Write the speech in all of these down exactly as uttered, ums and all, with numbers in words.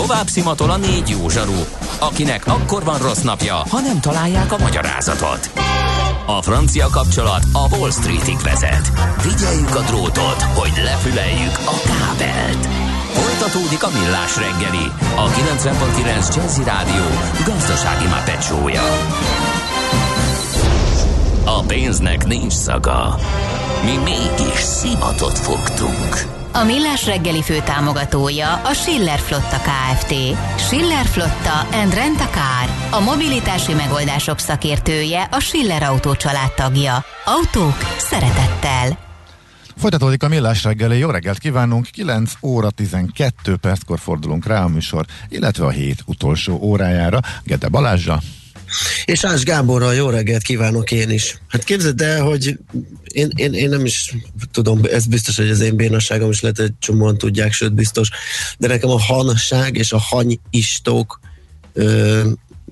Tovább szimatol a négy jó zsaru, akinek akkor van rossz napja, ha nem találják a magyarázatot. A francia kapcsolat a Wall Streetig vezet. Figyeljük a drótot, hogy lefüleljük a kábelt. Folytatódik a Millás reggeli, a kilencven pont kilenc Jazzy Rádió gazdasági mápecsója. A pénznek nincs szaga. Mi mégis szimatot fogtunk. A Millás reggeli főtámogatója a Schiller Flotta Kft. Schiller Flotta and Rent a Car. A mobilitási megoldások szakértője, a Schiller Autó család tagja. Autók szeretettel. Folytatódik a Millás reggeli, jó reggelt kívánunk, kilenc óra tizenkét perckor fordulunk rá a műsor, illetve a hét utolsó órájára. Gede Balázsra. És Ács Gáborral jó reggelt kívánok én is. Hát képzeld el, hogy én, én, én nem is tudom, ez biztos, hogy az én bénasságom is lehet, hogy csomóan tudják, sőt biztos, de nekem a hanság és a hanyistók ö,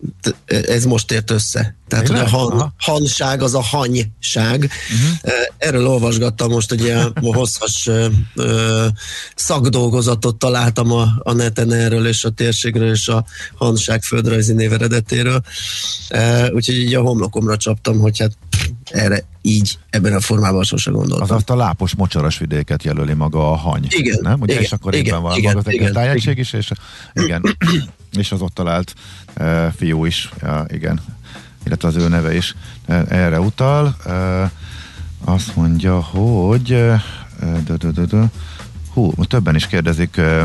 ez most ért össze. Tehát, hogy a han, hanság az a hanyság. Uh-huh. Erről olvasgattam most egy ilyen hosszas ö, ö, szakdolgozatot találtam a, a neten erről és a térségről és a hanság földrajzi néveredetéről. E, úgyhogy így a homlokomra csaptam, hogy hát erre így, ebben a formában sosem gondoltam. Az azt a lápos mocsaras vidéket jelöli maga a hany. Igen. Nem? Ugye, igen, és akkor igen, éppen van igen, maga az igen, tájegység is, és igen, és az ott talált e, fiú is, ja, igen, illetve az ő neve is e, erre utal. E, azt mondja, hogy e, dö, dö, dö, dö. hú, többen is kérdezik e,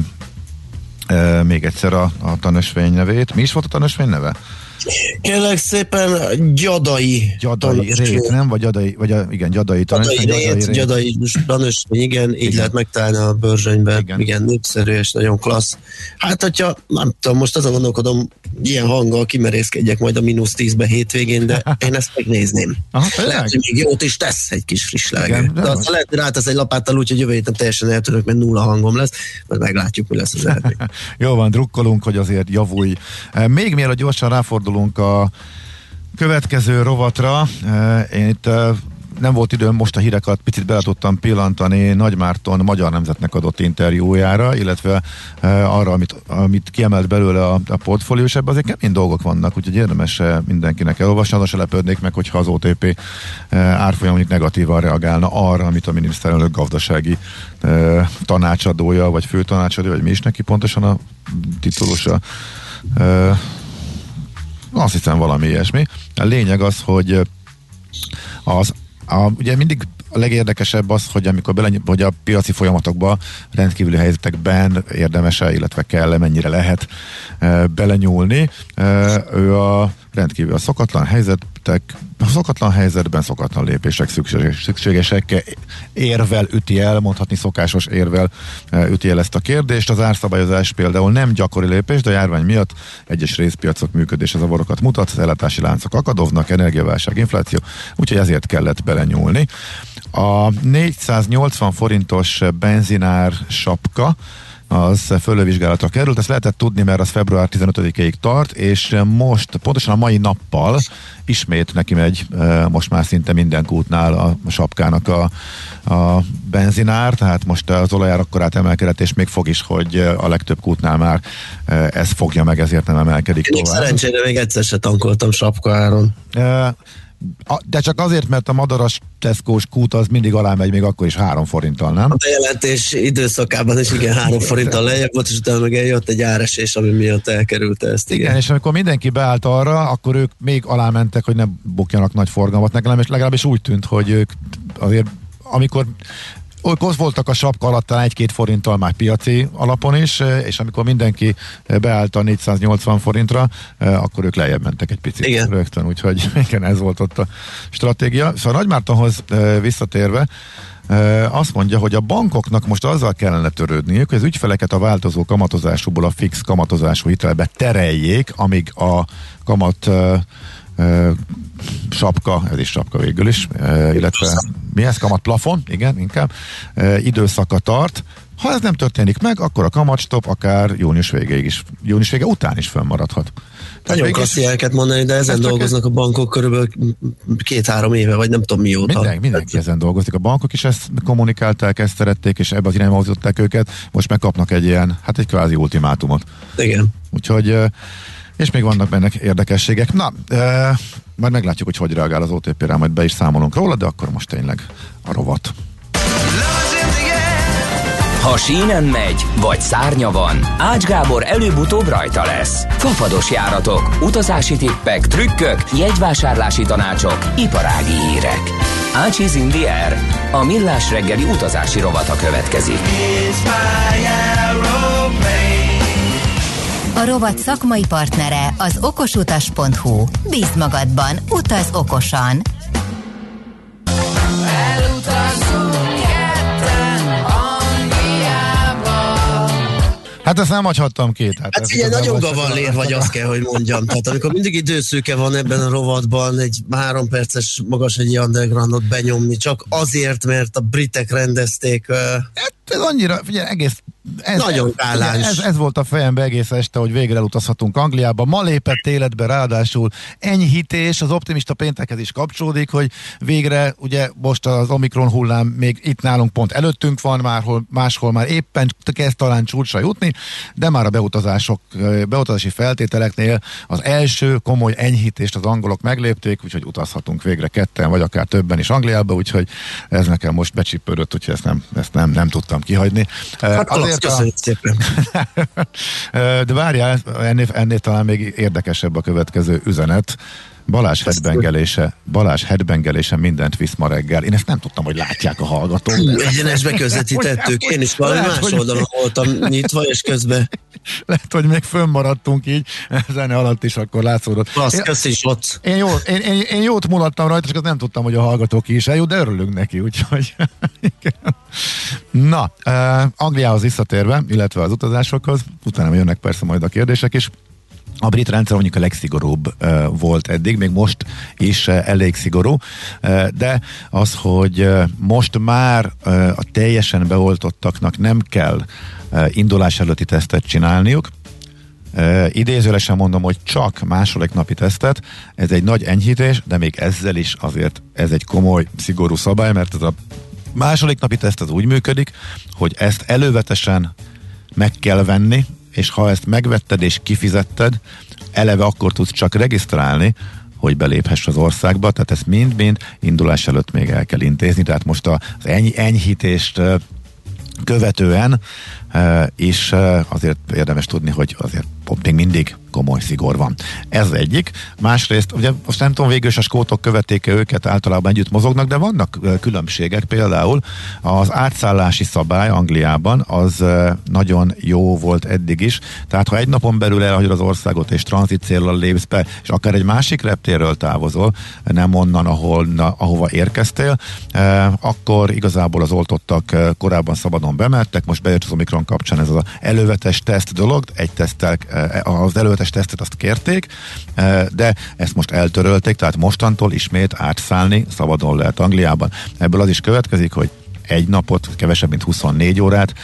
e, még egyszer a, a tanösvény nevét. Mi is volt a tanösvény neve? Kérlek szépen, Gyadai. Gyadai rét, nem? Vagy Gyadai, vagy a, igen, Gyadai tanösvény. Gyadai rét, Gyadai tanösvény, igen, így igen. Lehet megtalálni a Börzsönyben. Igen. igen, népszerű és nagyon klassz. Hát, hogyha, nem tudom, most azon gondolkodom, ilyen hanggal kimerészkedjek majd a mínusz tízbe hétvégén, de én ezt megnézném. Aha, lehet, hogy még jót is tesz egy kis friss levegő. De azt lehet, hogy rátesz egy lapáttal úgy, hogy jövő héten teljesen eltörök, mert nulla hangom lesz, majd meglátjuk, mi lesz az eredmény. Jó van, drukkolunk, hogy azért javulj. Még mielőtt gyorsan ráfordulunk a következő rovatra, én itt nem volt időm most a híreket, picit bele tudtam pillantani Nagy Márton Magyar Nemzetnek adott interjújára, illetve arra, amit, amit kiemelt belőle a, a portfólió, és ebben azért kemény dolgok vannak, úgyhogy érdemes mindenkinek elolvasni, azon se lepődnék meg, hogyha az o té pé árfolyam mondjuk negatívan reagálna arra, amit a miniszterelnök gazdasági tanácsadója, vagy főtanácsadója, vagy mi is neki pontosan a titulusa. Azt hiszem valami ilyesmi. A lényeg az, hogy az, a, ugye mindig a legérdekesebb az, hogy amikor bele, hogy a piaci folyamatokban, rendkívüli helyzetekben érdemes-e, illetve kell-e, mennyire lehet e, belenyúlni. E, ő a rendkívül a szokatlan helyzetek, a szokatlan helyzetben szokatlan lépések szükséges, szükségesek érvel üti el, mondhatni szokásos érvel e, üti el ezt a kérdést. Az árszabályozás például nem gyakori lépés, de a járvány miatt egyes részpiacok működése zavarokat mutat, az ellátási láncok akadoznak, energiaválság, infláció, úgyhogy ezért kellett belenyúlni. A négyszáznyolcvan forintos benzinár sapka az fölővizsgálatra került, ezt lehetett tudni, mert az február tizenötödikéig tart, és most pontosan a mai nappal ismét neki megy most már szinte minden kútnál a sapkának a, a benzinár, tehát most az olajár akkorát emelkedett, és még fog is, hogy a legtöbb kútnál már ez fogja meg, ezért nem emelkedik Én tovább. Szerencsére még egyszer se tankoltam sapkaáron. De csak azért, mert a madaras Tesco-s kút az mindig alá megy, még akkor is három forinttal, nem? A bejelentés időszakában is igen három forinttal lejjebb volt, és utána meg eljött egy áresés, ami miatt elkerülte ezt. Igen. igen, és amikor mindenki beállt arra, akkor ők még alá mentek, hogy ne bukjanak nagy forgalmat. Nekem legalábbis úgy tűnt, hogy ők azért, amikor ott voltak a sapka alatt egy-két forinttal már piaci alapon is, és amikor mindenki beállt a négyszáznyolcvan forintra, akkor ők lejjebb mentek egy picit igen. rögtön, úgyhogy igen, ez volt ott a stratégia. Szóval Nagy Mártonhoz visszatérve, azt mondja, hogy a bankoknak most azzal kellene törődniük, hogy az ügyfeleket a változó kamatozásúból a fix kamatozású hitelbe tereljék, amíg a kamat Uh, sapka, ez is sapka végül is, uh, illetve mi ez? Kamat plafon, igen, inkább, uh, időszaka tart. Ha ez nem történik meg, akkor a kamatstop akár június végéig is, június vége után is fönnmaradhat. Nagyon klassz ilyeneket mondani, de ezen dolgoznak egy... a bankok körülbelül két-három éve, vagy nem tudom mióta. Minden, mindenki ezen dolgozik. A bankok is ezt kommunikálták, ezt szerették, és ebbe az irányba hozották őket. Most megkapnak egy ilyen, hát egy kvázi ultimátumot. Igen. Úgyhogy, és még vannak benne érdekességek. Na, e, majd meglátjuk, hogy hogy reagál az o té pé-re, majd be is számolunk róla, de akkor most tényleg a rovat. Ha sínen megy, vagy szárnya van, Ács Gábor előbb-utóbb rajta lesz. Fafados járatok, utazási tippek, trükkök, jegyvásárlási tanácsok, iparági hírek. Ácsiz in the air. A millás reggeli utazási rovata következik. A rovat szakmai partnere az okosutas pont hu. Bízz magadban, utaz okosan! Hát ezt nem hagyhattam ki. Tehát hát figyelj, nagyon gavallér vagy, azt kell, hogy mondjam. Tehát amikor mindig időszűke van ebben a rovatban, egy három perces magas egy undergroundot benyomni, csak azért, mert a britek rendezték. Uh... Hát ez annyira, figyelj, egész Ez, Nagyon gáláns. Ez, ez volt a fejembe egész este, hogy végre elutazhatunk Angliába. Ma lépett életbe, ráadásul enyhítés, az optimista péntekhez is kapcsolódik, hogy végre ugye most az Omikron hullám még itt nálunk pont előttünk van, márhol, máshol már éppen kezd talán csúcsra jutni, de már a beutazások, beutazási feltételeknél az első komoly enyhítést az angolok meglépték, úgyhogy utazhatunk végre ketten, vagy akár többen is Angliába, úgyhogy ez nekem most becsípődött, úgyhogy ezt nem, ezt nem, nem tudtam kihagyni. Hát azért köszönjük szépen. De várjál, ennél, ennél talán még érdekesebb a következő üzenet. Balázs headbangelése, Balázs headbangelése mindent visz ma reggel. Én ezt nem tudtam, hogy látják a hallgatók. Hú, egyenesbe közvetítettük. Én is valami lehet, más oldalon voltam nyitva, és közben. Lehet, hogy még fönnmaradtunk így, zene alatt is akkor látszódott. Azt, köszi is ott. Én, jó, én, én, én jót mulattam rajta, csak azt nem tudtam, hogy a hallgatók is eljut, de örülünk neki, úgyhogy. Na, uh, Angliához visszatérve, illetve az utazásokhoz, utána jönnek persze majd a kérdések is. A brit rendszer mondjuk a legszigorúbb uh, volt eddig, még most is uh, elég szigorú, uh, de az, hogy uh, most már uh, a teljesen beoltottaknak nem kell uh, indulás előtti tesztet csinálniuk, uh, idézőlesen mondom, hogy csak második napi tesztet, ez egy nagy enyhítés, de még ezzel is azért ez egy komoly, szigorú szabály, mert ez a második napi teszt az úgy működik, hogy ezt előzetesen meg kell venni, és ha ezt megvetted és kifizetted, eleve akkor tudsz csak regisztrálni, hogy beléphess az országba, tehát ezt mind-mind indulás előtt még el kell intézni, tehát most az eny- enyhítést követően és azért érdemes tudni, hogy azért még mindig komoly szigor van. Ez egyik. Másrészt, ugye most nem tudom végül is a skótok követték őket, általában együtt mozognak, de vannak különbségek. Például az átszállási szabály Angliában az nagyon jó volt eddig is. Tehát ha egy napon belül elhagyod az országot és tranzit céllal lépsz be, és akár egy másik reptérről távozol, nem onnan, ahol, na, ahova érkeztél, akkor igazából az oltottak korábban szabadon bemertek, most bejött az Omikron kapcsán ez az elővetes teszt dolog, egy teszttel, az elővetes tesztet azt kérték, de ezt most eltörölték, tehát mostantól ismét átszállni szabadon lehet Angliában. Ebből az is következik, hogy egy napot, kevesebb mint huszonnégy órát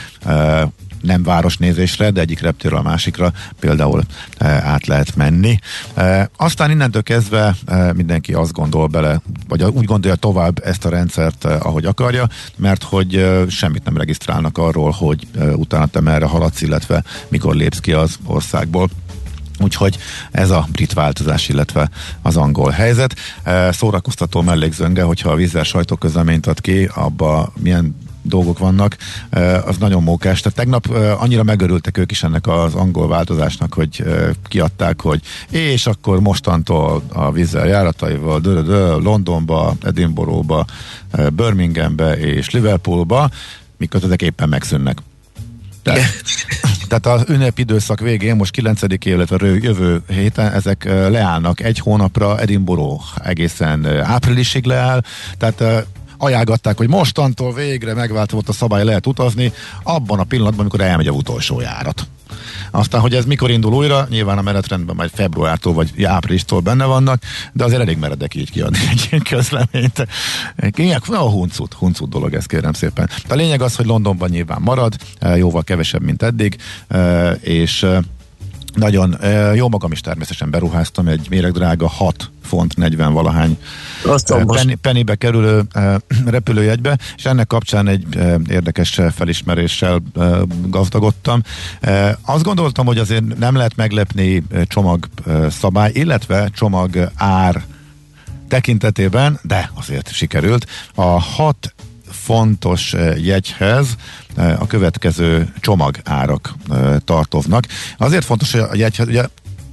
nem városnézésre, de egyik reptérről a másikra például e, át lehet menni. E, aztán innentől kezdve e, mindenki azt gondol bele, vagy úgy gondolja tovább ezt a rendszert, e, ahogy akarja, mert hogy e, semmit nem regisztrálnak arról, hogy e, utána te merre haladsz, illetve mikor lépsz ki az országból. Úgyhogy ez a brit változás, illetve az angol helyzet. E, szórakoztató mellékzönge, hogyha a Wizz sajtóközleményt ad ki, abba milyen dolgok vannak, az nagyon mókás. Tehát tegnap annyira megörültek ők is ennek az angol változásnak, hogy kiadták, hogy és akkor mostantól a Wizz járataival dö, dö, dö, Londonba, Edinburghba, Birminghambe és Liverpoolba, mikor ezek éppen megszűnnek. Tehát, tehát az ünnepidőszak végén, most kilencedikén, illetve jövő héten ezek leállnak egy hónapra, Edinburgh egészen áprilisig leáll, tehát ajánlgatták, hogy mostantól végre megváltozott a szabály, lehet utazni, abban a pillanatban, amikor elmegy a utolsó járat. Aztán, hogy ez mikor indul újra, nyilván a menetrendben majd februártól vagy áprilistól benne vannak, de azért elég meredek így kiadni egy ilyen közleményt. Ilyen, a huncut, huncut dolog ez, kérem szépen. A lényeg az, hogy Londonban nyilván marad, jóval kevesebb, mint eddig, és nagyon jó magam is természetesen beruháztam egy méregdrága hat font negyven valahány penny, pennybe kerülő repülőjegybe, és ennek kapcsán egy érdekes felismeréssel gazdagodtam. Azt gondoltam, hogy azért nem lehet meglepni csomag szabály, illetve csomag ár tekintetében, de azért sikerült. A hat fontos jegyhez a következő csomagárak tartoznak. Azért fontos, hogy a jegyhez, ugye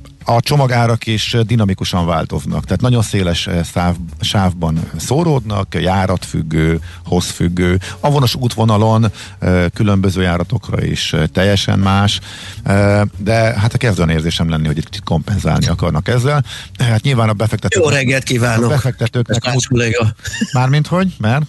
a csomagárak is dinamikusan változnak, tehát nagyon széles száv, sávban szóródnak, járatfüggő, hosszfüggő, a vonos útvonalon különböző járatokra is teljesen más, de hát a kezd olyan érzésem lenni, hogy itt kompenzálni akarnak ezzel. Hát nyilván a befektetők... Jó reggelt kívánok! A befektetőknek... Mármint hogy? Mert?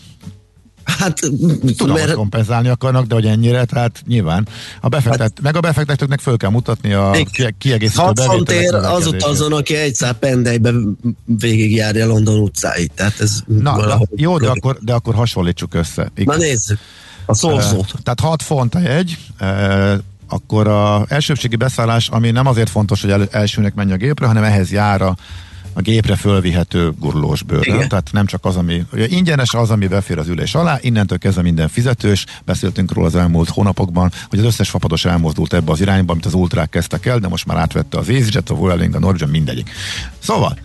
Hát, tudom, mert... hogy kompenzálni akarnak, de hogy ennyire, tehát nyilván a befektet, hát, meg a befektetőknek föl kell mutatni a kiegészítő bevételek. hat fontért az utazon, aki egy szál pendelybe végigjárja London utcáit. Tehát ez Na, de, jó, de akkor, de akkor hasonlítsuk össze. Na nézzük, a szózót. Uh, tehát hat font a jegy, uh, akkor a elsőbségi beszállás, ami nem azért fontos, hogy el, elsőnek menj a gépre, hanem ehhez jár a a gépre fölvihető gurulós bőrre. Tehát nem csak az, ami ugye ingyenes, az, ami befér az ülés alá, innentől kezdve minden fizetős. Beszéltünk róla az elmúlt hónapokban, hogy az összes fapados elmozdult ebbe az irányba, amit az ultrák kezdtek el, de most már átvette az EasyJet, a Vueling, a Norwegian, mindegyik. Szóval,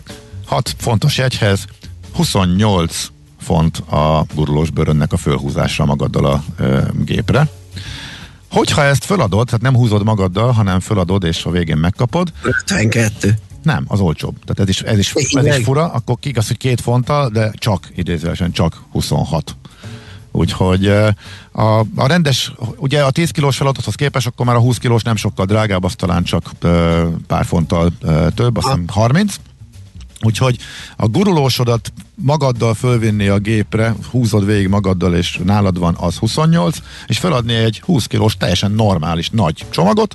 hat fontos jegyhez, huszonnyolc font a gurulós bőrönnek a fölhúzásra magaddal a e, gépre. Hogyha ezt föladod, tehát nem húzod magaddal, hanem föladod, és a végén megkapod. ötvenkettő. Nem, az olcsóbb. Tehát ez is, ez is, ez is fura, akkor igaz, hogy két fonttal, de csak, idézőesen csak huszonhat. Úgyhogy a, a rendes, ugye a tíz kilós feladathoz képest, akkor már a húsz kilós nem sokkal drágább, az talán csak pár fonttal több, azt hiszem harminc. Úgyhogy a gurulósodat magaddal fölvinni a gépre, húzod végig magaddal, és nálad van, az huszonnyolc, és feladni egy húsz kilós, teljesen normális, nagy csomagot,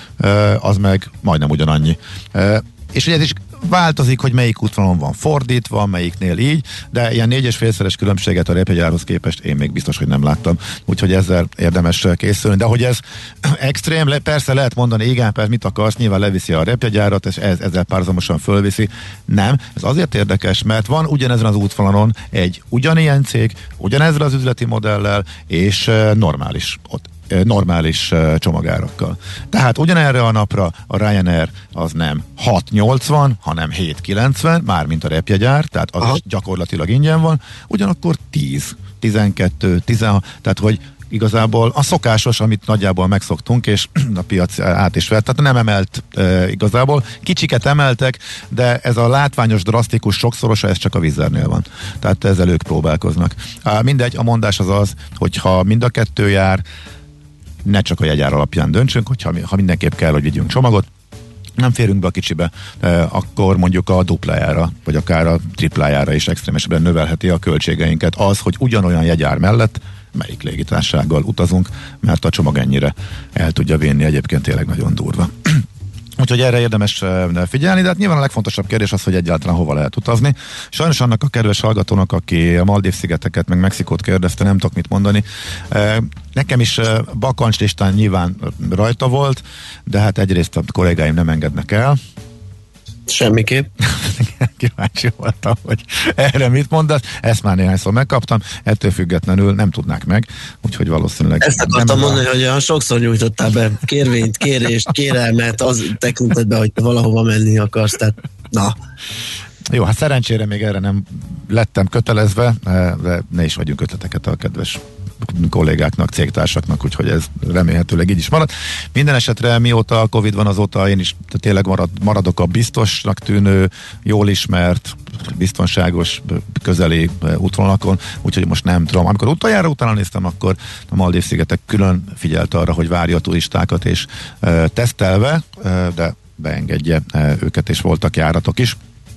az meg majdnem ugyanannyi. És ugye ez is változik, hogy melyik útvonalon van fordítva, melyiknél így, de ilyen négy és félszeres különbséget a repjegyárhoz képest én még biztos, hogy nem láttam. Úgyhogy ezzel érdemes készülni. De hogy ez extrém, persze lehet mondani, igen, persze mit akarsz, nyilván leviszi a repjegyárat, és ez, ezzel párhuzamosan fölviszi. Nem, ez azért érdekes, mert van ugyanezen az útvonalon egy ugyanilyen cég, ugyanezzel az üzleti modellel, és normális ott normális uh, csomagárakkal. Tehát ugyanerre a napra a Ryanair az nem hat nyolcvan, hanem hét kilencven, mármint a repjegyár, tehát az Aha. is gyakorlatilag ingyen van, ugyanakkor tíz, tizenkettő, tizenhat, tehát hogy igazából a szokásos, amit nagyjából megszoktunk, és a piac át is vett, tehát nem emelt e, igazából. Kicsiket emeltek, de ez a látványos, drasztikus sokszorosa, ez csak a Wizz Airnél van. Tehát ezzel ők próbálkoznak. Á, mindegy, a mondás az az, hogyha mind a kettő jár, ne csak a jegyár alapján döntsünk, hogyha ha mindenképp kell, hogy vigyünk csomagot, nem férünk be a kicsibe, eh, akkor mondjuk a duplájára, vagy akár a triplájára is extrémesebben növelheti a költségeinket az, hogy ugyanolyan jegyár mellett melyik légitársággal utazunk, mert a csomag ennyire el tudja vinni, egyébként tényleg nagyon durva. Úgyhogy erre érdemes figyelni, de hát nyilván a legfontosabb kérdés az, hogy egyáltalán hova lehet utazni. Sajnos annak a kedves hallgatónak, aki a Maldív-szigeteket meg Mexikót kérdezte, nem tudok mit mondani. Nekem is bakancslistán nyilván rajta volt, de hát egyrészt a kollégáim nem engednek el. Semmiképp. Kíváncsi voltam, hogy erre mit mondasz. Ezt már néhányszor megkaptam, ettől függetlenül nem tudnák meg, úgyhogy valószínűleg... Ezt akartam nem mondani, a... hogy olyan sokszor nyújtottál be kérvényt, kérést, kérelmet, az tekintetben, hogy te valahova menni akarsz, tehát na. Jó, hát szerencsére még erre nem lettem kötelezve, de ne is vagyunk ötleteket a kedves kollégáknak, cégtársaknak, úgyhogy ez remélhetőleg így is marad. Minden esetre mióta a Covid van, azóta én is tényleg marad, maradok a biztosnak tűnő, jól ismert, biztonságos, közeli útvonalakon, úgyhogy most nem tudom. Amikor utoljára utána néztem, akkor a Maldív-szigetek külön figyelt arra, hogy várja a turistákat, és e, tesztelve, e, de beengedje e, őket, és voltak járatok is.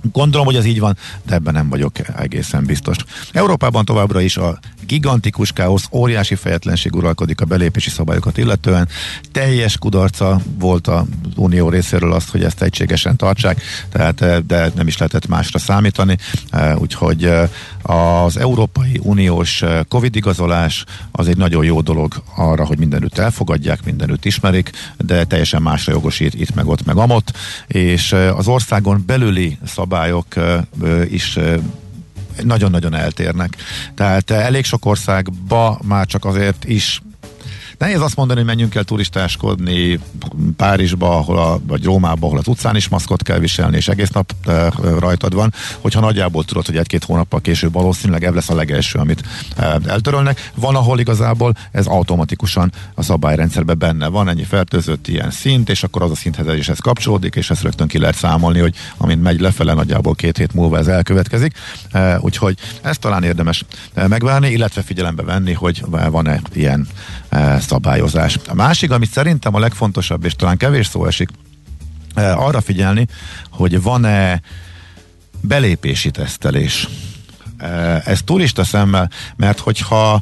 Gondolom, hogy ez így van, de ebben nem vagyok egészen biztos. Európában továbbra is a gigantikus káosz, óriási fejetlenség uralkodik a belépési szabályokat illetően. Teljes kudarca volt az Unió részéről azt, hogy ezt egységesen tartsák, tehát, de nem is lehetett másra számítani. Úgyhogy az Európai Uniós Covid igazolás az egy nagyon jó dolog arra, hogy mindenütt elfogadják, mindenütt ismerik, de teljesen másra jogosít itt meg ott meg amott, és az országon belüli szabályok is nagyon-nagyon eltérnek. Tehát elég sok országba már csak azért is nehéz azt mondani, hogy menjünk el turistáskodni Párizsba, ahol a, vagy Rómába, ahol az utcán is maszkot kell viselni, és egész nap e, rajtad van, hogyha nagyjából tudod, hogy egy-két hónappal később valószínűleg ez lesz a legelső, amit e, eltörölnek. Van, ahol igazából ez automatikusan a szabályrendszerben benne van, ennyi fertőzött ilyen szint, és akkor az a szinthez is ez kapcsolódik, és ezt rögtön ki lehet számolni, hogy amint megy lefele, nagyjából két hét múlva ez elkövetkezik. E, úgyhogy ezt talán érdemes megvárni, illetve figyelembe venni, hogy van-e ilyen e, szabályozás. A másik, amit szerintem a legfontosabb, és talán kevés szó esik, arra figyelni, hogy van-e belépési tesztelés. Ez turista szemmel, mert hogyha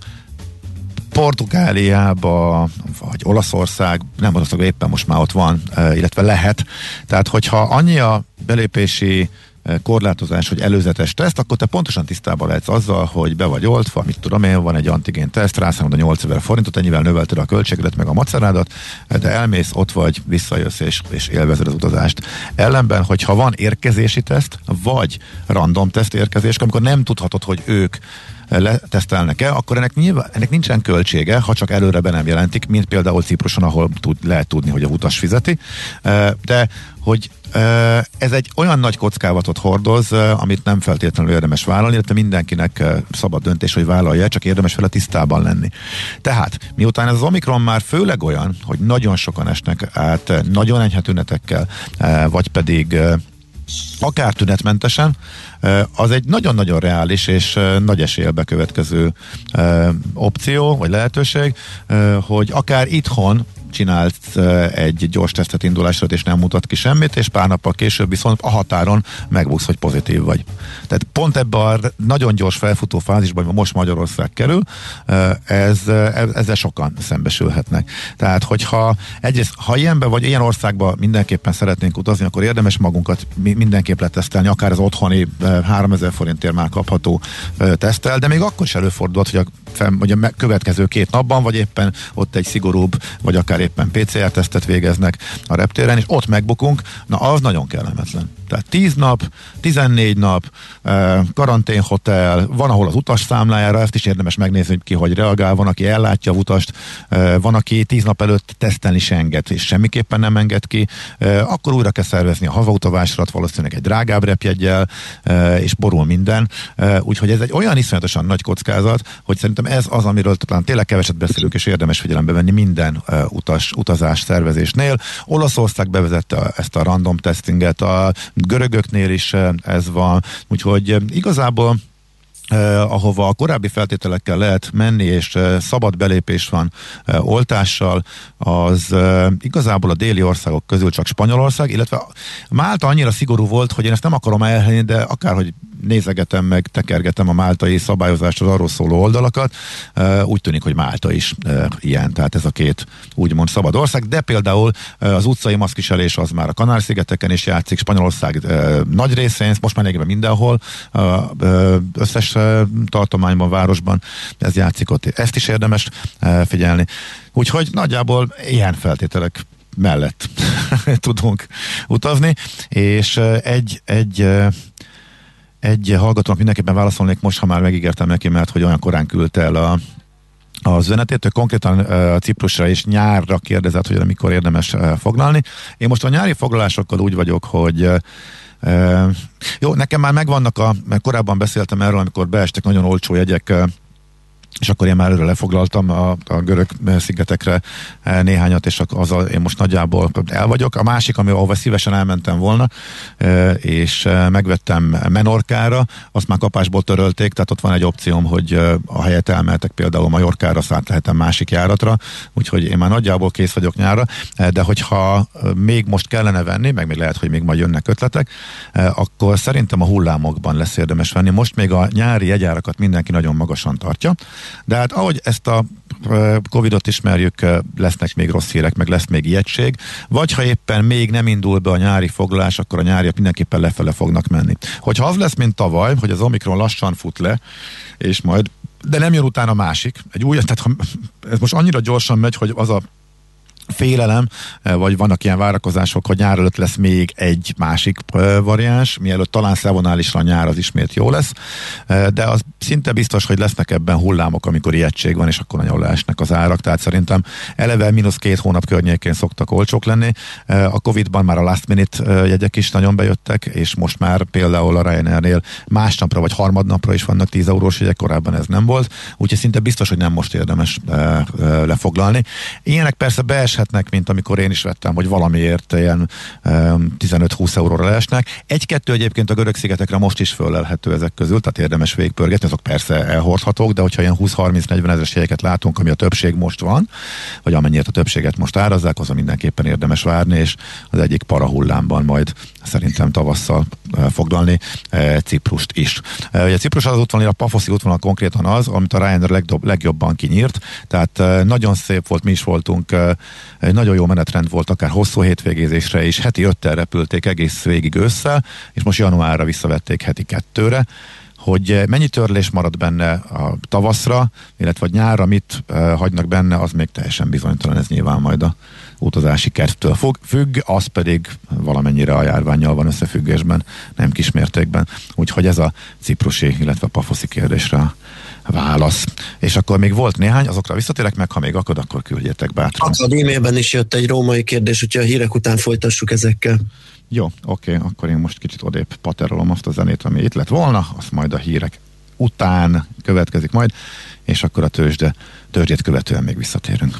Portugáliába, vagy Olaszország, nem Olaszország, éppen most már ott van, illetve lehet, tehát hogyha annyi a belépési korlátozás, hogy előzetes teszt, akkor te pontosan tisztában lehetsz azzal, hogy be vagy oltva, mit tudom én, van egy antigén teszt, rászámod a nyolcezer forintot, ennyivel növelted a költségedet, meg a macerádat, de elmész, ott vagy, visszajössz és, és élvezed az utazást. Ellenben, hogyha van érkezési teszt, vagy random teszt érkezés, amikor nem tudhatod, hogy ők letesztelnek-e, akkor ennek, nyilván, ennek nincsen költsége, ha csak előre be nem jelentik, mint például Cipruson, ahol tud, lehet tudni, hogy a utas fizeti, de hogy ez egy olyan nagy kockávatot hordoz, amit nem feltétlenül érdemes vállalni, illetve mindenkinek szabad döntés, hogy vállalja, csak érdemes vele tisztában lenni. Tehát, miután ez az Omikron már főleg olyan, hogy nagyon sokan esnek át nagyon enyhe tünetekkel, vagy pedig akár tünetmentesen, az egy nagyon-nagyon reális és nagy eséllyel bekövetkező opció, vagy lehetőség, hogy akár itthon csinálsz egy gyors tesztet indulásra, és nem mutat ki semmit, és pár nappal később viszont a határon megbuksz, hogy pozitív vagy. Tehát pont ebbe a nagyon gyors felfutó fázisban, hogy most Magyarország kerül, ez, ezzel sokan szembesülhetnek. Tehát, hogyha egyrészt, ha ilyenben vagy ilyen országban mindenképpen szeretnénk utazni, akkor érdemes magunkat mindenképp letesztelni, akár az otthoni háromezer forintért már kapható tesztel, de még akkor is előfordulhat, hogy a, hogy a következő két napban, vagy éppen ott egy szigorúbb, vagy akár éppen pé cé er tesztet végeznek a reptéren, és ott megbukunk, na az nagyon kellemetlen. Tehát tíz nap, tizennégy nap, karanténhotel, van, ahol az utas számlájára, ezt is érdemes megnézni, hogy ki hogy reagál, van, aki ellátja a utast, van, aki tíz nap előtt tesztelni se enged, és semmiképpen nem enged ki, akkor újra kell szervezni a hazautavásrat, valószínűleg egy drágább repjeggyel, és borul minden. Úgyhogy ez egy olyan iszonyatosan nagy kockázat, hogy szerintem ez az, amiről talán tényleg keveset beszélünk, és érdemes figyelembe venni minden utas, utazás szervezésnél. Olaszország bevezette ezt a random testinget, a görögöknél is ez van, úgyhogy igazából Uh, ahova a korábbi feltételekkel lehet menni, és uh, szabad belépés van uh, oltással, az uh, igazából a déli országok közül csak Spanyolország, illetve Málta annyira szigorú volt, hogy én ezt nem akarom elhelni, de akárhogy nézegetem meg, tekergetem a máltai szabályozást, az arról szóló oldalakat, uh, úgy tűnik, hogy Málta is uh, ilyen, tehát ez a két úgymond szabad ország, de például uh, az utcai maszkviselés az már a Kanári-szigeteken is játszik, Spanyolország uh, nagy részén, most már lényegében mindenhol, uh, uh, összes tartományban, városban ez játszik ott. Ezt is érdemes figyelni. Úgyhogy nagyjából ilyen feltételek mellett tudunk utazni, és egy, egy, egy hallgatónak mindenképpen válaszolnék most, ha már megígértem neki, mert hogy olyan korán küldte el a az üzenetét, hogy konkrétan a Ciprusra és nyárra kérdezett, hogy mikor érdemes foglalni. Én most a nyári foglalásokkal úgy vagyok, hogy Uh, jó, nekem már megvannak a, mert korábban beszéltem erről, amikor beestek nagyon olcsó jegyek uh, és akkor én már előre lefoglaltam a, a görög szigetekre néhányat, és azzal én most nagyjából el vagyok. A másik, ami ahova szívesen elmentem volna, és megvettem Menorkára, azt már kapásból törölték, tehát ott van egy opcióm, hogy a helyet elmehetek például Majorkára, azt át lehetem másik járatra, úgyhogy én már nagyjából kész vagyok nyárra, de hogyha még most kellene venni, meg még lehet, hogy még majd jönnek ötletek, akkor szerintem a hullámokban lesz érdemes venni. Most még a nyári jegyárakat mindenki nagyon magasan tartja, de hát ahogy ezt a Covidot ismerjük, lesznek még rossz hírek, meg lesz még ijegység, vagy ha éppen még nem indul be a nyári foglalás, akkor a nyáriak mindenképpen lefele fognak menni. Hogyha az lesz, mint tavaly, hogy az Omikron lassan fut le, és majd, de nem jön utána másik, egy új, tehát ha, ez most annyira gyorsan megy, hogy az a félelem, vagy vannak ilyen várakozások, hogy nyár előtt lesz még egy másik variáns, mielőtt talán szezonálisra a nyár az ismét jó lesz, de az szinte biztos, hogy lesznek ebben hullámok, amikor ijegység van, és akkor nagyon leesnek az árak, tehát szerintem eleve mínusz két hónap környékén szoktak olcsók lenni. A Covidban már a last minute jegyek is nagyon bejöttek, és most már például a Ryanairnél másnapra vagy harmadnapra is vannak tíz eurós jegyek, korábban ez nem volt, úgyhogy szinte biztos, hogy nem most érdemes lefoglalni. Ilyenek persze beeshetnek, mint amikor én is vettem, hogy valamiért ilyen um, tizenöt-húsz euróra leesnek. Egy-kettő egyébként a görög szigetekre most is föllelhető ezek közül, tehát érdemes végigpörgetni, azok persze elhordhatók, de hogyha ilyen húsz-harminc-negyven ezeres jegyeket látunk, ami a többség most van, vagy amennyire a többséget most árazzák, azon mindenképpen érdemes várni, és az egyik parahullámban majd szerintem tavasszal uh, foglalni uh, Ciprust is. Uh, ugye Ciprus az útvonal, a Pafoszi útvonal konkrétan az, amit a Ryanair legdob, legjobban kinyírt, tehát uh, nagyon szép volt, mi is voltunk, uh, egy nagyon jó menetrend volt, akár hosszú hétvégézésre is, heti öttel repülték egész végig ősszel, és most januárra visszavették heti kettőre, hogy mennyi törlés marad benne a tavaszra, illetve a nyárra mit uh, hagynak benne, az még teljesen bizonytalan, ez nyilván majd a utazási kedvtől függ, az pedig valamennyire a járvánnyal van összefüggésben, nem kismértékben. Úgyhogy ez a ciprusi, illetve a pafoszi kérdésre a válasz. És akkor még volt néhány, azokra visszatérek meg, ha még akad, akkor küldjetek bátran. Az e-mailben is jött egy római kérdés, úgyhogy a hírek után folytassuk ezekkel. Jó, oké, akkor én most kicsit odébb paterolom azt a zenét, ami itt lett volna, azt majd a hírek után következik majd, és akkor a tőzsde, tőzsdét követően még visszatérünk.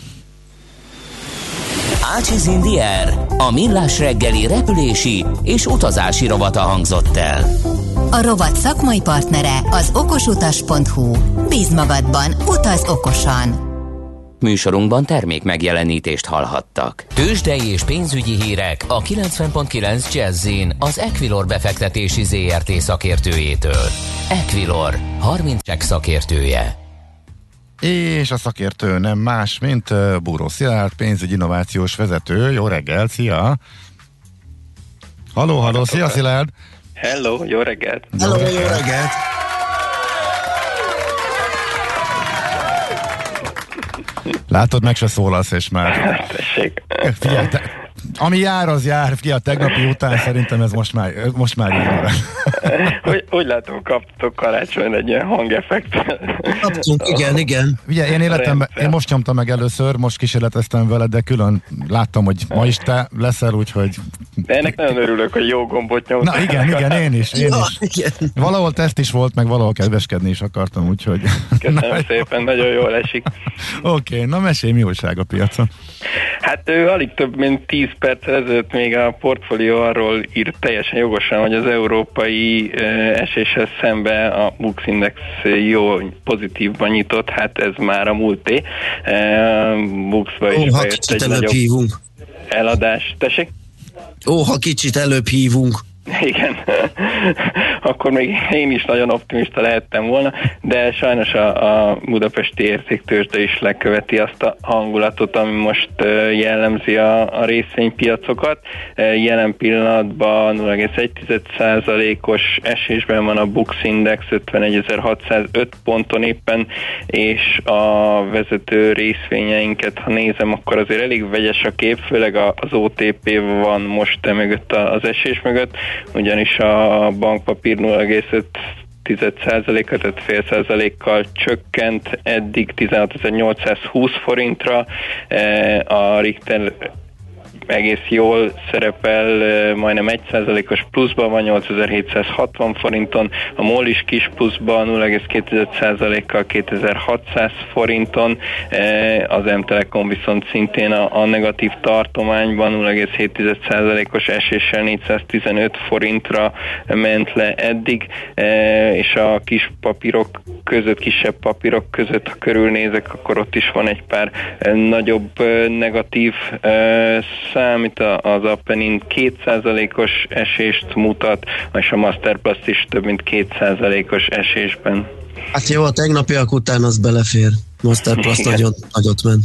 Ácsiz in the Air, a millás reggeli repülési és utazási rovata hangzott el. A rovat szakmai partnere az okosutas pont hu. Bízz magadban, utaz okosan! Műsorunkban termék megjelenítést hallhattak. Tőzsdei és pénzügyi hírek a kilencven pont kilenc Jazzin az Equilor befektetési zé er té szakértőjétől. Equilor, harminc csek szakértője. És a szakértő nem más, mint Búró Szilárd, pénzügyi innovációs vezető. Jó reggel, szia! Halló, halló, szia Szilárd! Hello, jó reggelt! Hello, jó reggelt! Látod, meg se szólalsz, és már... Tessék! Figyelj, te, ami jár, az jár. Figyelj, a tegnapi után szerintem ez most már, most már így van. Úgy, úgy látom, kaptok karácsonyra egy ilyen hangeffektet. Kaptunk, igen, igen. Ugye, én életemben, én most nyomtam meg először, most kísérleteztem vele, de külön láttam, hogy ma is te leszel, úgyhogy... De ennek nagyon örülök, hogy jó gombot nyomtam. Na igen, igen, én is, én Ja, is. igen. Valahol teszt is volt, meg valahol kedveskedni is akartam, úgyhogy... Köszönöm na, szépen, nagyon jól esik. Oké, okay, na mesélj, mi újság a piacon? Hát ő alig több mint tíz perc ezelőtt még a portfólió arról írt teljesen jogosan, hogy az európai uh, eséshez szembe a Bux Index jó pozitívban nyitott, hát ez már a múlté. Uh, Buxba is Ó, ha bejött kicsit egy előbb nagyobb hívunk. eladás. Tessék? Ó, ha kicsit előbb hívunk. Igen, akkor még én is nagyon optimista lehettem volna, de sajnos a, a budapesti értéktőzsde is leköveti azt a hangulatot, ami most jellemzi a, a részvénypiacokat. Jelen pillanatban nulla egész egy százalékos esésben van a Bux Index ötvenegyezer-hatszázöt ponton éppen, és a vezető részvényeinket, ha nézem, akkor azért elég vegyes a kép, főleg az o té pé van most mögött az esés mögött, ugyanis a bankpapír nulla egész öt százaléka, tehát fél százalékkal csökkent eddig tizenhatezer-nyolcszázhúsz forintra, a Richter egész jól szerepel, majdnem egy százalékos pluszban van, nyolcezer-hétszázhatvan forinton, a MOL is kis pluszban, nulla egész két százalékkal kétezer-hatszáz forinton, az M-Telekom viszont szintén a, a negatív tartományban nulla egész hét százalékos eséssel négyszáztizenöt forintra ment le eddig, és a kis papírok között, kisebb papírok között, ha körülnézek, akkor ott is van egy pár nagyobb negatív szám, itt az Appenin két százalékos esést mutat, és a Masterplus is több mint két százalékos esésben. Hát jó, a tegnapiak után az belefér. Masterplus nagyon nagyot ment.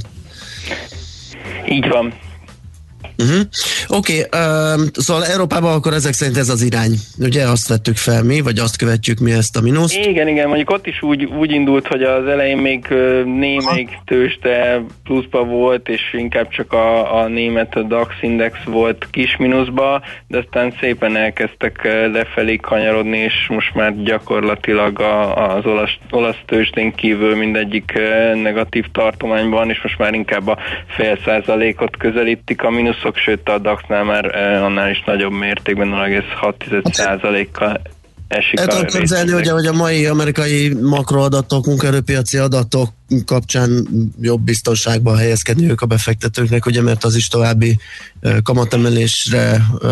Így van. Uh-huh. Oké, okay, uh, szóval Európában akkor ezek szerint ez az irány. Ugye azt vettük fel mi, vagy azt követjük mi ezt a mínuszt? Igen, igen, mondjuk ott is úgy, úgy indult, hogy az elején még némelyik tőzsde pluszba volt, és inkább csak a, a német a DAX index volt kis mínuszba, de aztán szépen elkezdtek lefelé kanyarodni, és most már gyakorlatilag a, az olasz, olasz tőzsdén kívül mindegyik negatív tartományban, és most már inkább a fél százalékot közelítik a mínusz, sőt a DAX-nál már eh, annál is nagyobb mértékben nulla egész hat százalékkal esik. El tudom képzelni, hogy, hogy a mai amerikai makroadatok, munkaerőpiaci adatok kapcsán jobb biztonságban helyezkedniük a befektetőknek, ugye, mert az is további uh, kamatemelésre uh,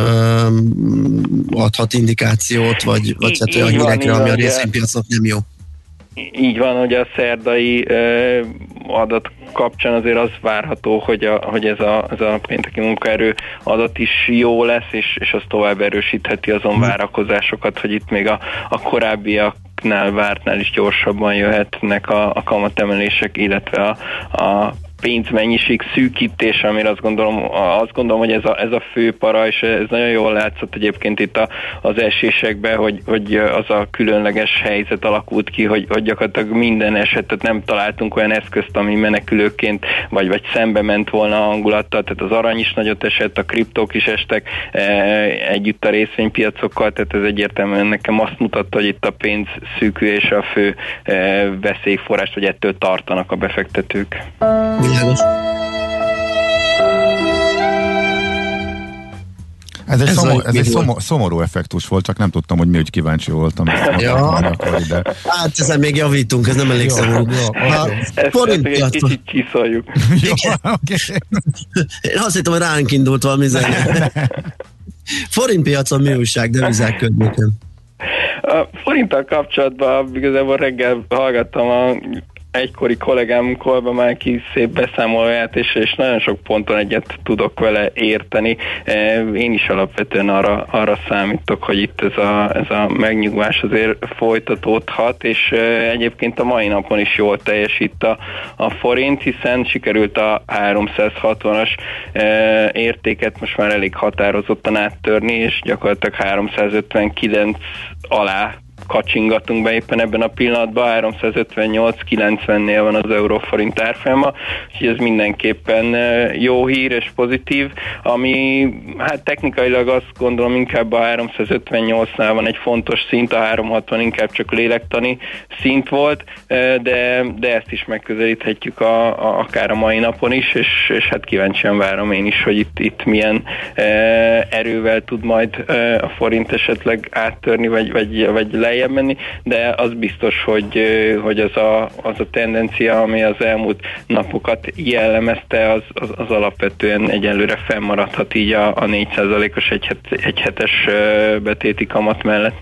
adhat indikációt, vagy, vagy hát olyan hírekre, ami a részvénypiacnak nem jó. Így van, hogy a szerdai uh, adat kapcsán azért az várható, hogy, a, hogy ez, a, ez a pénteki munkaerő adat is jó lesz, és, és az tovább erősítheti azon várakozásokat, hogy itt még a, a korábbiaknál vártnál is gyorsabban jöhetnek a, a kamatemelések, illetve a, a pénzmennyiség szűkítés, amire azt gondolom, azt gondolom, hogy ez a, ez a fő para, és ez nagyon jól látszott egyébként itt a, az esésekben, hogy, hogy az a különleges helyzet alakult ki, hogy, hogy gyakorlatilag minden esetet nem találtunk olyan eszközt, ami menekülőként, vagy, vagy szembe ment volna a hangulattal, tehát az arany is nagyot esett, a kriptók is estek e, együtt a részvénypiacokkal, tehát ez egyértelműen nekem azt mutatta, hogy itt a pénz szűkülése a fő e, veszélyforrás, hogy ettől tartanak a befektetők. Ez egy, ez szomor, ez egy szomor, szomorú effektus volt, csak nem tudtam, hogy mi úgy kíváncsi voltam. Ja. Akkor ide. Hát ezen még javítunk, ez nem elég jó, szomorú. Ezt egy kicsit csiszoljuk. Én azt hittem, hogy ránk indult valami zene. Forintpiacon mi újság, devizák környéken? A forinttal kapcsolatban igazából reggel hallgattam a egykori kollégám Kolba Márki szép beszámolóját, és, és nagyon sok ponton egyet tudok vele érteni. Én is alapvetően arra, arra számítok, hogy itt ez a, ez a megnyugvás azért folytatódhat, és egyébként a mai napon is jól teljesít a, a forint, hiszen sikerült a háromszázhatvanas értéket most már elég határozottan áttörni, és gyakorlatilag háromszázötvenkilenc alá kacsingatunk be éppen ebben a pillanatban, háromszázötvennyolc kilencvennél van az euró-forint árfolyama, úgyhogy ez mindenképpen jó hír és pozitív, ami hát technikailag azt gondolom inkább a háromszázötvennyolcnál van egy fontos szint, a háromszázhatvan inkább csak lélektani szint volt, de, de ezt is megközelíthetjük a, a, akár a mai napon is, és, és hát kíváncsian várom én is, hogy itt, itt milyen erővel tud majd a forint esetleg áttörni, vagy, vagy, vagy lejjebb menni, de az biztos, hogy, hogy az, a, az a tendencia, ami az elmúlt napokat jellemezte, az, az, az alapvetően egyelőre fennmaradhat így a, a négy százalékos egy, egy hetes betéti kamat mellett.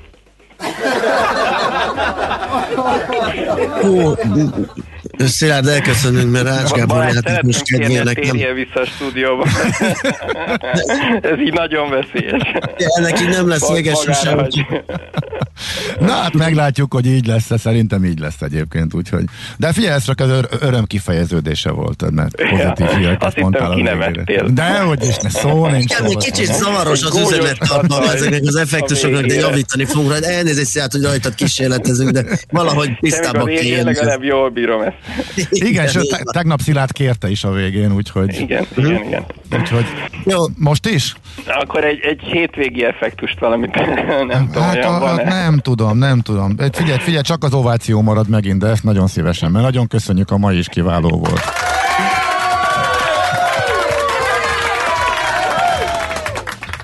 Ó, Szilárd, elköszönünk, mert Ács Gábor játékos kedvének nem... Térjél vissza a stúdióba. Ez így nagyon veszélyes. Ennek így nem lesz véges sem. Na hát meglátjuk, hogy így lesz, szerintem így lesz egyébként, úgyhogy. De figyelj, ez csak az ör- öröm kifejeződése volt, mert pozitív híreket mondtál a végére. Dehogy is, ne szó nincs szó. Egy kicsit zavaros az üzenettartalma ezeknek az effektusoknak, de javítani fogunk rá. Elnézést, Szilárd, hogy rajtad kísérletezünk, de valahogy tisztábbak kell. Én legalább jól bírom ezt. Igen, sőt, te- tegnap Szilárd kérte is a végén, úgyhogy... Igen, igen, igen. Úgyhogy, jó, most is? Akkor egy, egy hétvégi effektust valamit nem tudom, hát olyan a, van-e? Nem tudom, nem tudom. Figyelj, figyelj, csak az ováció marad megint, de ezt nagyon szívesen, mert nagyon köszönjük, a mai is kiváló volt.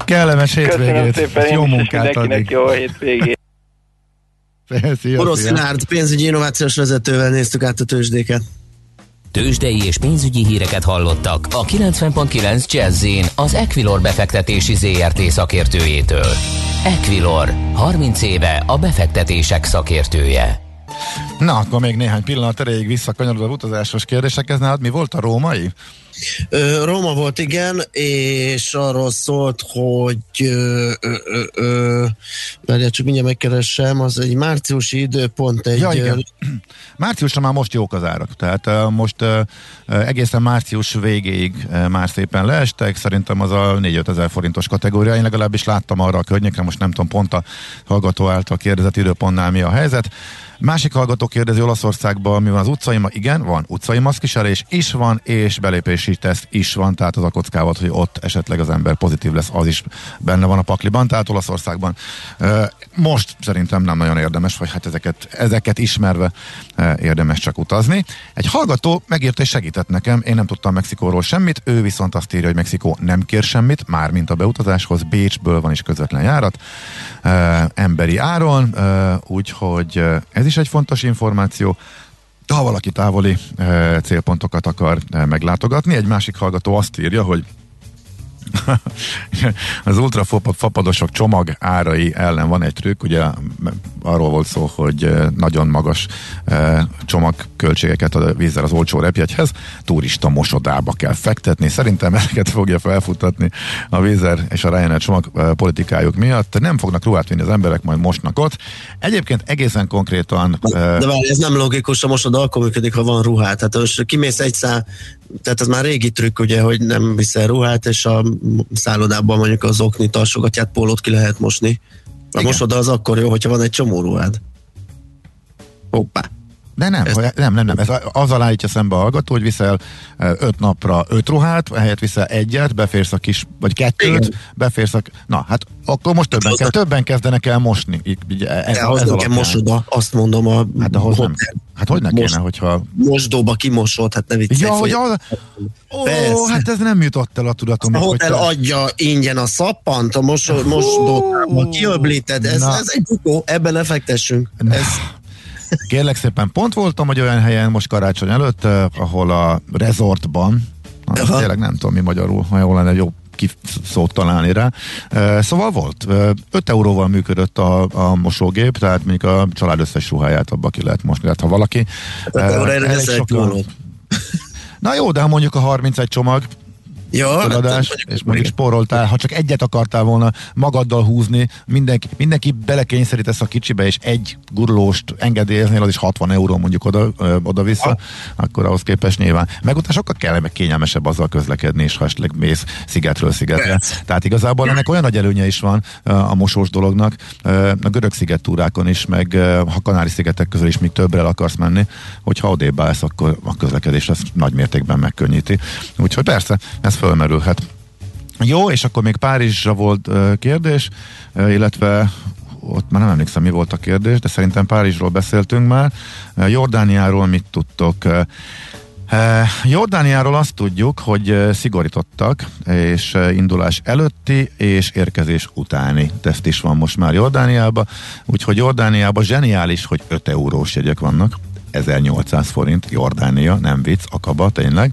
Kellemes hétvégét. Köszönöm szépen, jó én is munkát mindenkinek addig. jó hétvégét. Orosz Szilárd pénzügyi innovációs vezetővel néztük át a tőzsdéket. Tőzsdei és pénzügyi híreket hallottak a kilencven pont kilenc Jazz-in az Equilor befektetési zé er té szakértőjétől. Equilor, harminc éve a befektetések szakértője. Na, akkor még néhány pillanat erejéig visszakanyarodva utazásos kérdésekhez. Nálad mi volt a római? Ö, Róma volt, igen, és arról szólt, hogy ö, ö, ö, ö, várjál, csak mindjárt megkeresem, az egy márciusi időpont egy... Ja, igen. Márciusra már most jók az árak, tehát uh, most uh, egészen március végéig uh, már szépen leestek, szerintem az a négy-öt ezer forintos kategória, én legalábbis láttam arra a környékre, most nem tudom pont a hallgató által kérdezett időpontnál mi a helyzet. Másik hallgató kérdezi, Olaszországban mi van az utcai ma? Igen, van utcai maszkviselés is van, és belépési teszt is van, tehát az a kockázat, hogy ott esetleg az ember pozitív lesz, az is benne van a pakliban, tehát Olaszországban most szerintem nem nagyon érdemes, vagy hát ezeket, ezeket ismerve érdemes csak utazni. Egy hallgató megírta és segített nekem, én nem tudtam Mexikóról semmit, ő viszont azt írja, hogy Mexikó nem kér semmit, mármint a beutazáshoz, Bécsből van is közvetlen járat, emberi áron, úgyhogy ez is egy fontos információ. De ha valaki távoli e, célpontokat akar e, meglátogatni, egy másik hallgató azt írja, hogy az ultrafapadosok csomag árai ellen van egy trükk, ugye arról volt szó, hogy nagyon magas csomagköltségeket a vízzel az olcsó repjegyhez turista mosodába kell fektetni. Szerintem ezeket fogja felfutatni a Vízer és a Ryanair csomag politikájuk miatt. Nem fognak ruhát vinni az emberek, majd mosnak ott. Egyébként egészen konkrétan... De várj, ez nem logikus, a mosoda akkor működik, ha van ruhát. Tehát most kimész egy szá... Tehát az már régi trükk, ugye, hogy nem viszel ruhát, és a szállodában mondjuk az okni tarsogatját, pólót ki lehet mosni. A igen. Mosoda az akkor jó, hogyha van egy csomó ruhád. Hoppá. De nem, Ezt... nem, nem, nem. Ez azzal állítja szembe a hallgató, hogy viszel öt napra öt ruhát, ehelyett viszel egyet, beférsz a kis, vagy kettőt, igen. beférsz a... Na, hát akkor most többen, ke- többen kezdenek el mosni. Így, ez, De ahhoz nekem mosoda, azt mondom a... Hát ahhoz nem. Hát hogy ne kéne, most, hogyha... Mosdóba kimosod, hát ne viccelj. Ja, hogy az... Ó, hát ez nem jutott el a tudatomig. A hotel te... adja ingyen a szappant, a mosod, mosdóba kiöblíted, ez, ez egy bukó, ebben ne fektessünk. Ez... Kérlek szépen, pont voltam, hogy olyan helyen most karácsony előtt, eh, ahol a resortban, tényleg nem tudom mi magyarul, ha jól lenne jobb szót találni rá. Eh, szóval volt, eh, öt euróval működött a, a mosógép, tehát mondjuk a család összes ruháját abba ki lehet mosni, tehát ha valaki... Eh, sokan... Na jó, de ha mondjuk a harmincegy csomag, ja, feladás, hát, és mondjuk spóroltál, ha csak egyet akartál volna magaddal húzni, mindenki, mindenki belekényszerítesz a kicsibe, és egy gurulóst engedélyeznél, az is hatvan euró mondjuk oda, ö, oda-vissza, ha. Akkor ahhoz képest nyilván. Meg utána sokkal kell, meg kényelmesebb azzal közlekedni, és ha esetleg mész szigetről szigetre. Persze. Tehát igazából ennek olyan nagy előnye is van a mosós dolognak, a görög szigettúrákon is, meg ha Kanári-szigetek közül is még többre akarsz menni, hogyha odébb állsz, akkor a közlekedés ezt nagy mértékben megkönnyíti. Úgyhogy persze, ez fölmerülhet. Jó, és akkor még Párizsra volt uh, kérdés, uh, illetve ott már nem emlékszem, mi volt a kérdés, de szerintem Párizsról beszéltünk már. Uh, Jordániáról mit tudtok? Uh, uh, Jordániáról azt tudjuk, hogy uh, szigorítottak, és uh, indulás előtti és érkezés utáni teszt is van most már Jordániában, úgyhogy Jordániában zseniális, hogy öt eurós jegyek vannak. ezernyolcszáz forint, Jordánia, nem vicc, Akaba, tényleg.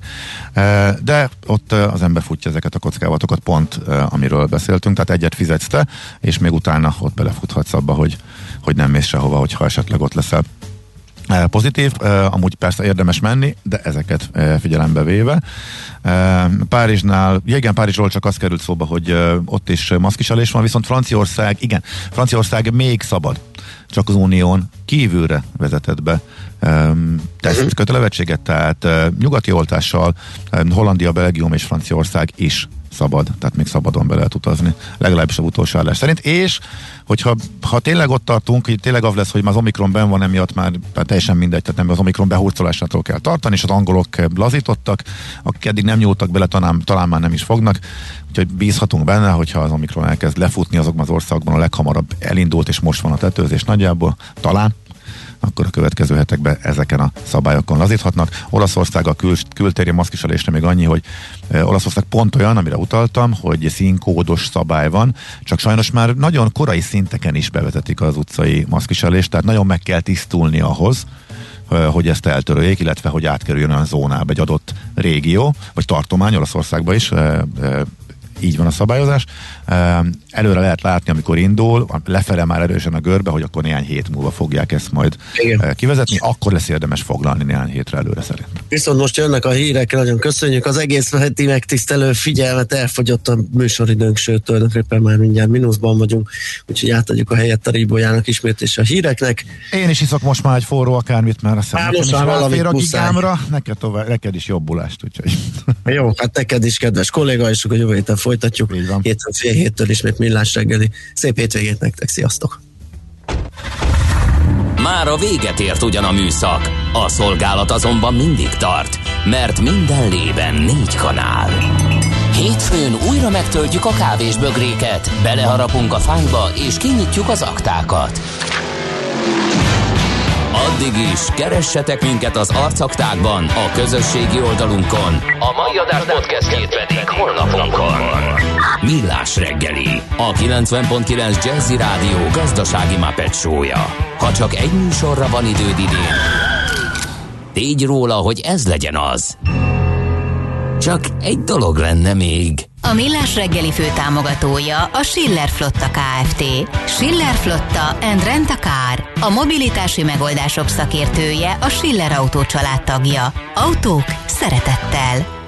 De ott az ember futja ezeket a kockávatokat, pont amiről beszéltünk, tehát egyet fizetsz te, és még utána ott belefuthatsz abba, hogy, hogy nem mész sehova, hogyha esetleg ott leszel pozitív. Amúgy persze érdemes menni, de ezeket figyelembe véve. Párizsnál, ja igen, Párizsról csak az került szóba, hogy ott is maszkviselés van, viszont Franciaország, igen, Franciaország még szabad, csak az Unión kívülre vezetett be um, teszt kötelezettséget, tehát uh, nyugati oltással um, Hollandia, Belgium és Franciaország is szabad, tehát még szabadon be lehet utazni, legalábbis a utolsó állás szerint, és hogyha ha tényleg ott tartunk, hogy tényleg az lesz, hogy már az Omikron benn van, emiatt már teljesen mindegy, tehát nem az Omikron behurcolásától kell tartani, és az angolok lazítottak, akik eddig nem nyúltak bele, talán, talán már nem is fognak, úgyhogy bízhatunk benne, hogyha az Omikron elkezd lefutni azokban az országokban, a leghamarabb elindult, és most van a tetőzés nagyjából, talán, akkor a következő hetekben ezeken a szabályokon lazíthatnak. Olaszország a kül, kültéri maszkviselésre még annyi, hogy Olaszország pont olyan, amire utaltam, hogy színkódos szabály van, csak sajnos már nagyon korai szinteken is bevezetik az utcai maszkviselést, tehát nagyon meg kell tisztulni ahhoz, hogy ezt eltöröljék, illetve hogy átkerüljön olyan zónába egy adott régió, vagy tartomány, Olaszországban is, így van a szabályozás. Előre lehet látni, amikor indul, lefele már erősen a görbe, hogy akkor néhány hét múlva fogják ezt majd igen. kivezetni, akkor lesz érdemes foglalni néhány hétre előre szerint. Viszont most jönnek a hírek, nagyon köszönjük az egész heti megtisztelő figyelmet, elfogyott a műsoridőnk, sőt tulajdonképpen már mindjárt mínuszban vagyunk, úgyhogy átadjuk a helyet a Ribójának ismét és a híreknek. Én is iszok most már egy forró akármit, mert azt hiszem, nekem is ráfér a gigámra, neked, tovább, neked is jobbulást, úgyhogy. Jó, hát neked is, kedves kolléga, és akkor jövő héten folytatjuk. Hétfőn fél héttől ismét Millás reggeli. Szép hétvégét nektek, sziasztok! Már a véget ért ugyan a műszak, a szolgálat azonban mindig tart, mert minden lében négy kanál. Hétfőn újra megtöltjük a kávésbögréket, beleharapunk a fányba és kinyitjuk az aktákat. Addig is keressetek minket az arcaktákban, a közösségi oldalunkon, a mai adás podcastjét pedig honlapunkon. Millás reggeli, a kilencven pont kilenc Jazzy Rádió gazdasági Muppet show-ja. Ha csak egy műsorra van időd idén, tégy róla, hogy ez legyen az. Csak egy dolog lenne még. A Millás reggeli főtámogatója a Schiller Flotta Kft. Schiller Flotta and Rent a Car. A mobilitási megoldások szakértője, a Schiller Autó család tagja. Autók szeretettel.